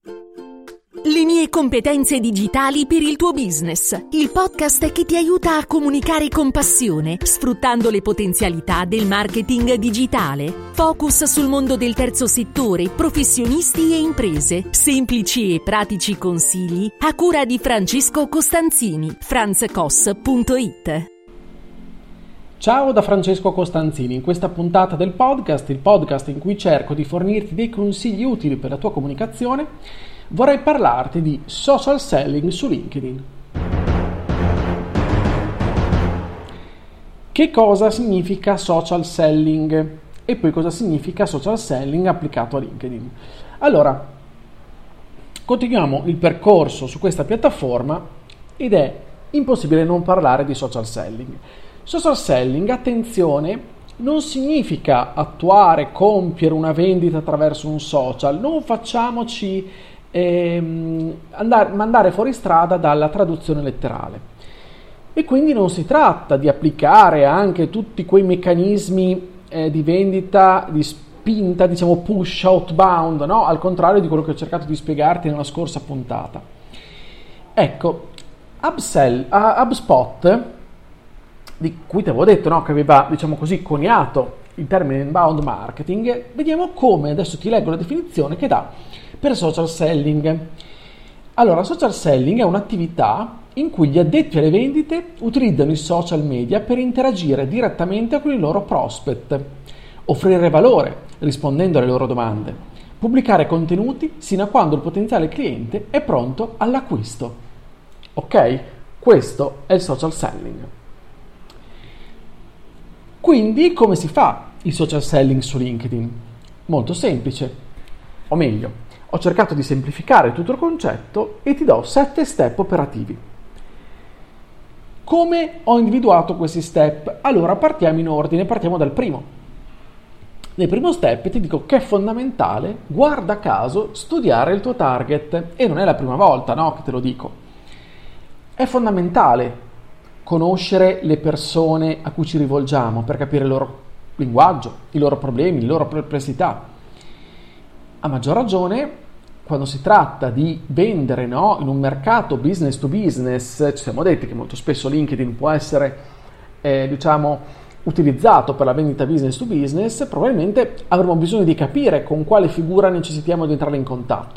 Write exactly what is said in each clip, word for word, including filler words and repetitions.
Le mie competenze digitali per il tuo business. Il podcast che ti aiuta a comunicare con passione, sfruttando le potenzialità del marketing digitale. Focus sul mondo del terzo settore, professionisti e imprese. Semplici e pratici consigli a cura di Francesco Costanzini. franz cos punto it. Ciao da Francesco Costanzini. In questa puntata del podcast, il podcast in cui cerco di fornirti dei consigli utili per la tua comunicazione, vorrei parlarti di social selling su LinkedIn. Che cosa significa social selling? E poi cosa significa social selling applicato a LinkedIn? Allora, continuiamo il percorso su questa piattaforma ed è impossibile non parlare di social selling. Social selling, attenzione, non significa attuare, compiere una vendita attraverso un social. Non facciamoci ehm, andare, mandare fuori strada dalla traduzione letterale. E quindi non si tratta di applicare anche tutti quei meccanismi eh, di vendita, di spinta, diciamo push, outbound, no? Al contrario di quello che ho cercato di spiegarti nella scorsa puntata. Ecco, Upsell, uh, HubSpot, di cui ti avevo detto, no, che aveva, diciamo così, coniato il termine inbound marketing, vediamo come, adesso ti leggo la definizione che dà per social selling. Allora, social selling è un'attività in cui gli addetti alle vendite utilizzano i social media per interagire direttamente con i loro prospect, offrire valore rispondendo alle loro domande, pubblicare contenuti sino a quando il potenziale cliente è pronto all'acquisto. Ok? Questo è il social selling. Quindi, come si fa il social selling su LinkedIn? Molto semplice, o meglio, ho cercato di semplificare tutto il concetto e ti do sette step operativi. Come ho individuato questi step? Allora, partiamo in ordine, partiamo dal primo. Nel primo step ti dico che è fondamentale, guarda caso, studiare il tuo target. E non è la prima volta, no, che te lo dico. È fondamentale conoscere le persone a cui ci rivolgiamo per capire il loro linguaggio, i loro problemi, le loro perplessità. A maggior ragione quando si tratta di vendere, no, in un mercato business to business. Ci siamo detti che molto spesso LinkedIn può essere eh, diciamo utilizzato per la vendita business to business. Probabilmente avremo bisogno di capire con quale figura necessitiamo di entrare in contatto,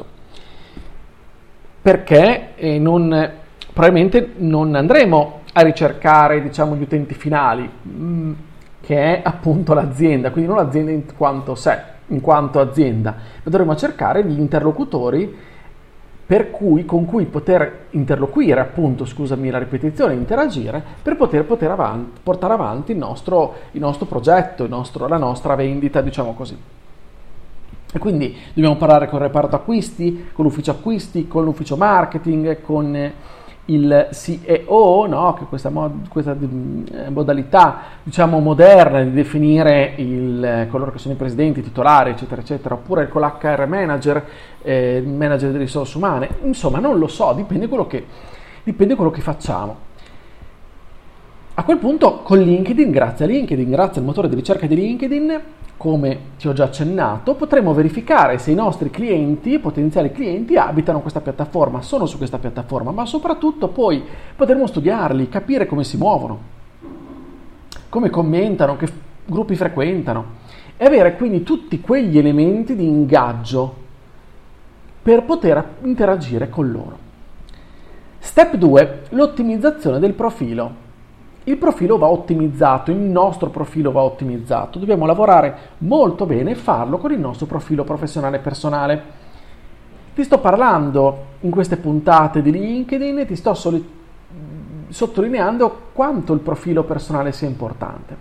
perché eh, non, probabilmente non andremo a ricercare, diciamo, gli utenti finali, mh, che è appunto l'azienda, quindi non l'azienda in quanto sé, in quanto azienda, ma dovremo cercare gli interlocutori per cui, con cui poter interloquire, appunto, scusami la ripetizione, interagire, per poter, poter avanti, portare avanti il nostro, il nostro progetto, il nostro, la nostra vendita, diciamo così. E quindi dobbiamo parlare con il reparto acquisti, con l'ufficio acquisti, con l'ufficio marketing, con il C E O, no? Che questa, mod- questa modalità, diciamo, moderna di definire il, coloro che sono i presidenti, i titolari, eccetera, eccetera, oppure con l'H R manager, eh, manager delle risorse umane. Insomma, non lo so, dipende quello che, dipende quello che facciamo. A quel punto, con LinkedIn, grazie a LinkedIn, grazie al motore di ricerca di LinkedIn, come ti ho già accennato, potremo verificare se i nostri clienti, potenziali clienti, abitano questa piattaforma, sono su questa piattaforma, ma soprattutto poi potremo studiarli, capire come si muovono, come commentano, che gruppi frequentano, e avere quindi tutti quegli elementi di ingaggio per poter interagire con loro. Step due, l'ottimizzazione del profilo. Il profilo va ottimizzato, il nostro profilo va ottimizzato. Dobbiamo lavorare molto bene e farlo con il nostro profilo professionale personale. Ti sto parlando in queste puntate di LinkedIn e ti sto soli- sottolineando quanto il profilo personale sia importante.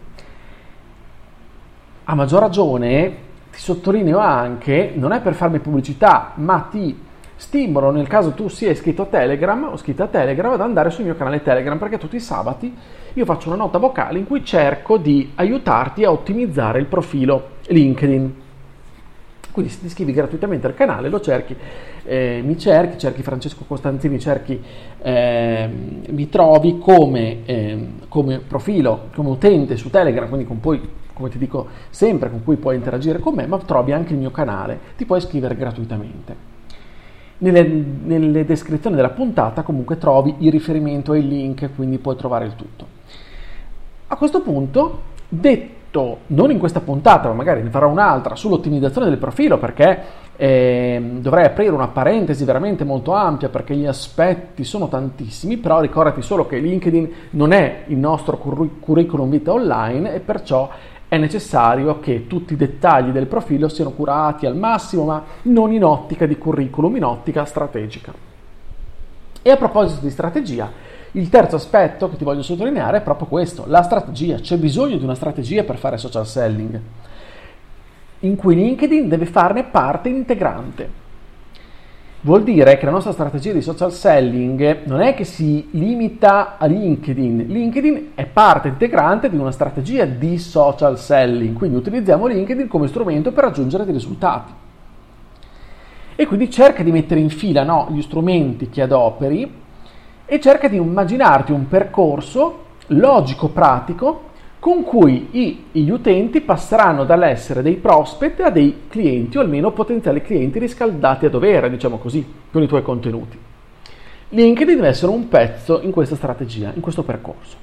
A maggior ragione ti sottolineo anche, non è per farmi pubblicità, ma ti stimolo, nel caso tu sia iscritto a Telegram o iscritto a Telegram, ad andare sul mio canale Telegram, perché tutti i sabati io faccio una nota vocale in cui cerco di aiutarti a ottimizzare il profilo LinkedIn. Quindi se ti iscrivi gratuitamente al canale, lo cerchi, eh, mi cerchi, cerchi Francesco Costanzini, cerchi, eh, mi trovi come, eh, come profilo, come utente su Telegram, quindi con poi, come ti dico sempre, con cui puoi interagire con me, ma trovi anche il mio canale, ti puoi iscrivere gratuitamente. Nelle, nelle descrizioni della puntata comunque trovi il riferimento ai link, quindi puoi trovare il tutto. A questo punto, detto non in questa puntata, ma magari ne farò un'altra sull'ottimizzazione del profilo, perché eh, dovrei aprire una parentesi veramente molto ampia, perché gli aspetti sono tantissimi, però ricordati solo che LinkedIn non è il nostro curr- curriculum vitae online, e perciò è necessario che tutti i dettagli del profilo siano curati al massimo, ma non in ottica di curriculum, in ottica strategica. E a proposito di strategia, il terzo aspetto che ti voglio sottolineare è proprio questo, la strategia. C'è bisogno di una strategia per fare social selling, in cui LinkedIn deve farne parte integrante. Vuol dire che la nostra strategia di social selling non è che si limita a LinkedIn. LinkedIn è parte integrante di una strategia di social selling, quindi utilizziamo LinkedIn come strumento per raggiungere dei risultati. E quindi cerca di mettere in fila, no, gli strumenti che adoperi e cerca di immaginarti un percorso logico, pratico, con cui i, gli utenti passeranno dall'essere dei prospect a dei clienti, o almeno potenziali clienti riscaldati a dovere, diciamo così, con i tuoi contenuti. LinkedIn deve essere un pezzo in questa strategia, in questo percorso.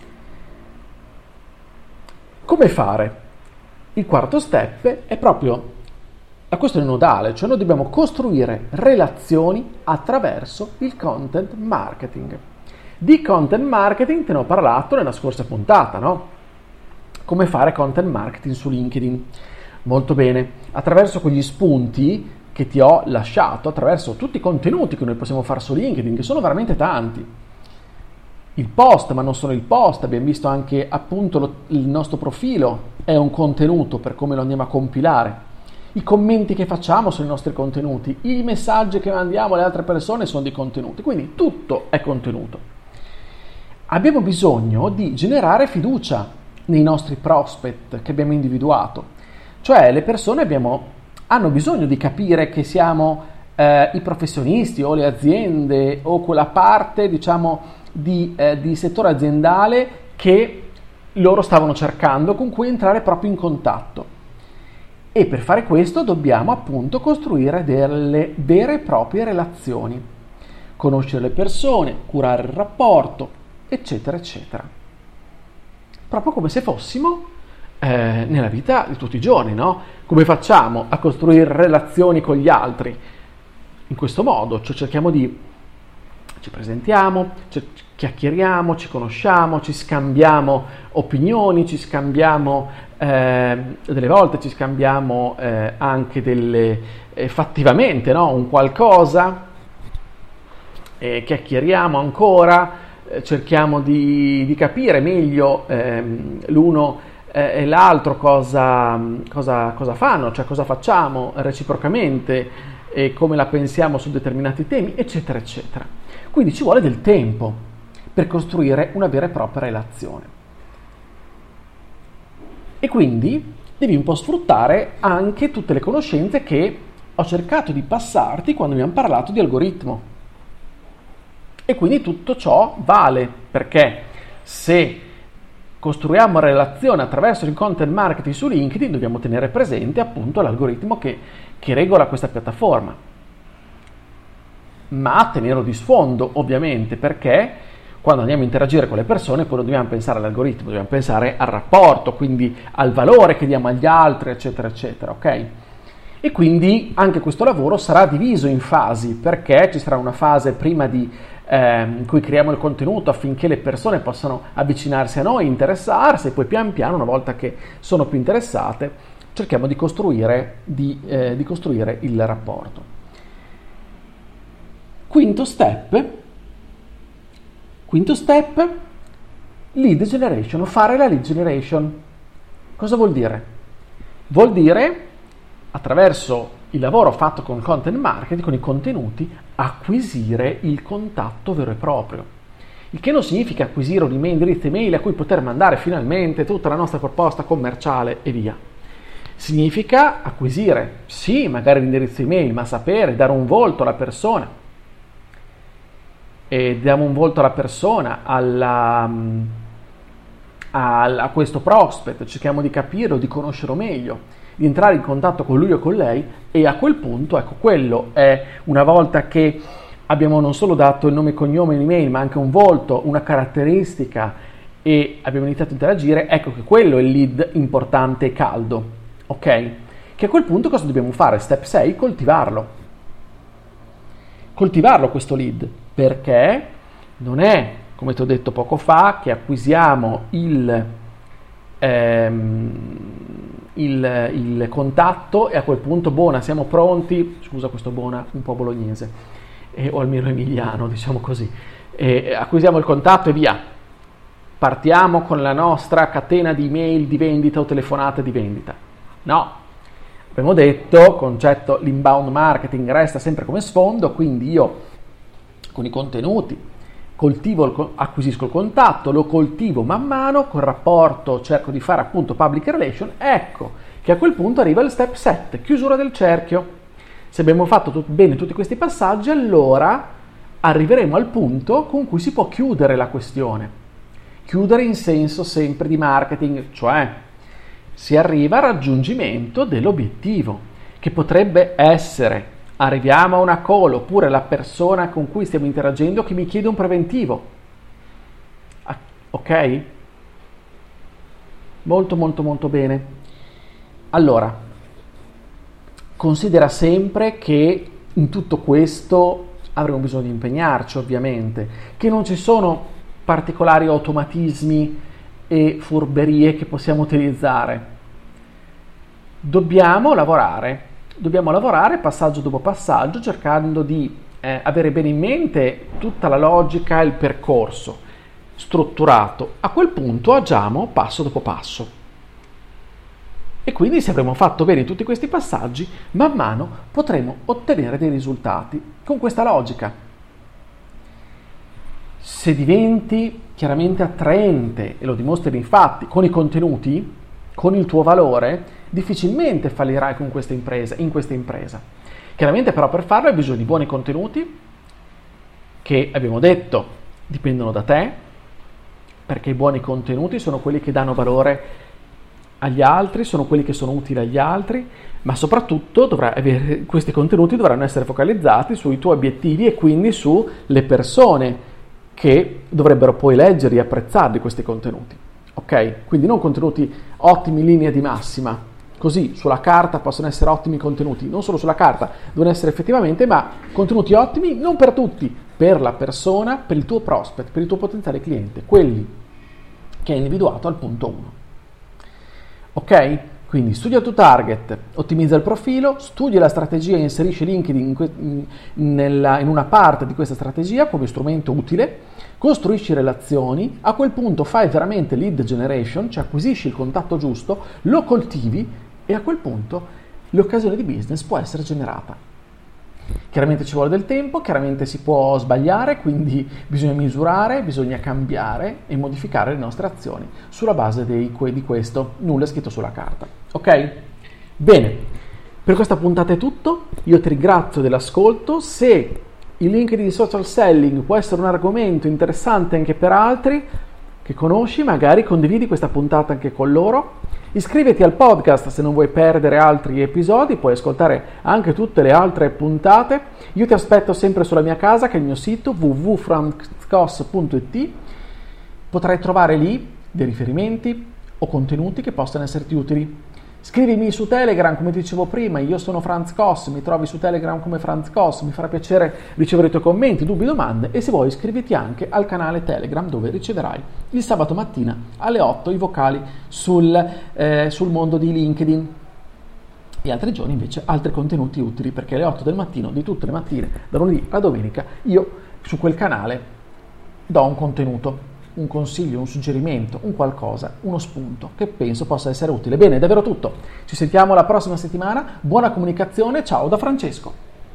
Come fare? Il quarto step è proprio la questione nodale, cioè noi dobbiamo costruire relazioni attraverso il content marketing. Di content marketing te ne ho parlato nella scorsa puntata, no? Come fare content marketing su LinkedIn. Molto bene, attraverso quegli spunti che ti ho lasciato, attraverso tutti i contenuti che noi possiamo fare su LinkedIn, che sono veramente tanti. Il post, ma non solo il post, abbiamo visto anche appunto lo, il nostro profilo è un contenuto per come lo andiamo a compilare. I commenti che facciamo sono i nostri contenuti, i messaggi che mandiamo alle altre persone sono dei contenuti, quindi tutto è contenuto. Abbiamo bisogno di generare fiducia nei nostri prospect che abbiamo individuato, cioè le persone abbiamo, hanno bisogno di capire che siamo eh, i professionisti o le aziende o quella parte, diciamo, di, eh, di settore aziendale che loro stavano cercando, con cui entrare proprio in contatto. E per fare questo dobbiamo appunto costruire delle vere e proprie relazioni, conoscere le persone, curare il rapporto, eccetera, eccetera. Proprio come se fossimo eh, nella vita di tutti i giorni, no? Come facciamo a costruire relazioni con gli altri? In questo modo, cioè cerchiamo di, ci presentiamo, ci chiacchieriamo, ci conosciamo, ci scambiamo opinioni, ci scambiamo eh, delle volte ci scambiamo eh, anche delle eh, fattivamente, no? Un qualcosa, eh, chiacchieriamo ancora, eh, cerchiamo di, di capire meglio eh, l'uno eh, e l'altro cosa, cosa, cosa fanno, cioè cosa facciamo reciprocamente e come la pensiamo su determinati temi, eccetera, eccetera. Quindi ci vuole del tempo per costruire una vera e propria relazione. E quindi devi un po' sfruttare anche tutte le conoscenze che ho cercato di passarti quando abbiamo parlato di algoritmo. E quindi tutto ciò vale, perché se costruiamo relazione attraverso il content marketing su LinkedIn dobbiamo tenere presente appunto l'algoritmo che, che regola questa piattaforma. Ma tenerlo di sfondo, ovviamente, perché quando andiamo a interagire con le persone poi non dobbiamo pensare all'algoritmo, dobbiamo pensare al rapporto, quindi al valore che diamo agli altri, eccetera, eccetera, ok? E quindi anche questo lavoro sarà diviso in fasi, perché ci sarà una fase prima di eh, in cui creiamo il contenuto affinché le persone possano avvicinarsi a noi, interessarsi, e poi pian piano, una volta che sono più interessate, cerchiamo di costruire, di, eh, di costruire il rapporto. Quinto step, quinto step, lead generation, fare la lead generation. Cosa vuol dire? Vuol dire, attraverso il lavoro fatto con il content marketing, con i contenuti, acquisire il contatto vero e proprio. Il che non significa acquisire un indirizzo email a cui poter mandare finalmente tutta la nostra proposta commerciale e via. Significa acquisire, sì, magari l'indirizzo email, ma sapere, dare un volto alla persona. E diamo un volto alla persona, alla, a, a questo prospect, cerchiamo di capirlo, di conoscerlo meglio. di entrare in contatto con lui o con lei, e a quel punto, ecco, quello è, una volta che abbiamo non solo dato il nome e cognome, un'email, ma anche un volto, una caratteristica, e abbiamo iniziato a interagire, ecco che quello è il lead importante e caldo, ok? Che a quel punto cosa dobbiamo fare? Step sei, coltivarlo. Coltivarlo questo lead, perché non è, come ti ho detto poco fa, che acquisiamo il, ehm, il, il contatto e a quel punto, buona, siamo pronti, scusa questo buona un po' bolognese, eh, o almeno emiliano, diciamo così, eh, acquisiamo il contatto e via. Partiamo con la nostra catena di email di vendita o telefonate di vendita. No, abbiamo detto, concetto, l'inbound marketing resta sempre come sfondo, quindi io con i contenuti coltivo, il, acquisisco il contatto, lo coltivo man mano, col rapporto cerco di fare appunto public relation, ecco che a quel punto arriva il step sette, chiusura del cerchio. Se abbiamo fatto tut- bene tutti questi passaggi, allora arriveremo al punto con cui si può chiudere la questione. Chiudere in senso sempre di marketing, cioè si arriva al raggiungimento dell'obiettivo, che potrebbe essere arriviamo a una call, oppure la persona con cui stiamo interagendo che mi chiede un preventivo. Ok? Molto molto molto bene. Allora, considera sempre che in tutto questo avremo bisogno di impegnarci, ovviamente, che non ci sono particolari automatismi e furberie che possiamo utilizzare. Dobbiamo lavorare, dobbiamo lavorare passaggio dopo passaggio, cercando di eh, avere bene in mente tutta la logica, il percorso strutturato. A quel punto agiamo passo dopo passo. E quindi, se avremo fatto bene tutti questi passaggi, man mano potremo ottenere dei risultati con questa logica. Se diventi chiaramente attraente, e lo dimostri infatti con i contenuti, con il tuo valore, difficilmente fallirai con questa impresa, in questa impresa. Chiaramente però per farlo hai bisogno di buoni contenuti, che abbiamo detto dipendono da te, perché i buoni contenuti sono quelli che danno valore agli altri, sono quelli che sono utili agli altri, ma soprattutto dovrai avere, questi contenuti dovranno essere focalizzati sui tuoi obiettivi e quindi sulle persone che dovrebbero poi leggerli e apprezzarli questi contenuti, ok? Quindi non contenuti ottimi in linea di massima, così sulla carta possono essere ottimi contenuti, non solo sulla carta, devono essere effettivamente, ma contenuti ottimi non per tutti, per la persona, per il tuo prospect, per il tuo potenziale cliente, quelli che hai individuato al punto uno, ok? Quindi studia il tuo target, ottimizza il profilo, studia la strategia e inserisci LinkedIn in, que- in, nella, in una parte di questa strategia come strumento utile, costruisci relazioni, a quel punto fai veramente lead generation, cioè acquisisci il contatto giusto, lo coltivi e a quel punto l'occasione di business può essere generata. Chiaramente ci vuole del tempo, chiaramente si può sbagliare, quindi bisogna misurare, bisogna cambiare e modificare le nostre azioni sulla base dei, di questo, nulla è scritto sulla carta. Ok? Bene, per questa puntata è tutto, io ti ringrazio dell'ascolto. Se il LinkedIn social selling può essere un argomento interessante anche per altri che conosci, magari condividi questa puntata anche con loro. Iscriviti al podcast se non vuoi perdere altri episodi, puoi ascoltare anche tutte le altre puntate. Io ti aspetto sempre sulla mia casa, che è il mio sito w w w punto franzcos punto i t. Potrai trovare lì dei riferimenti o contenuti che possano esserti utili. Scrivimi su Telegram, come ti dicevo prima, io sono Franz Cos, mi trovi su Telegram come Franz Cos, mi farà piacere ricevere i tuoi commenti, dubbi, domande, e se vuoi iscriviti anche al canale Telegram, dove riceverai il sabato mattina alle otto i vocali sul, eh, sul mondo di LinkedIn, e altri giorni invece altri contenuti utili, perché alle otto del mattino di tutte le mattine, da lunedì a domenica, io su quel canale do un contenuto, un consiglio, un suggerimento, un qualcosa, uno spunto che penso possa essere utile. Bene, è davvero tutto. Ci sentiamo la prossima settimana. Buona comunicazione. Ciao da Francesco.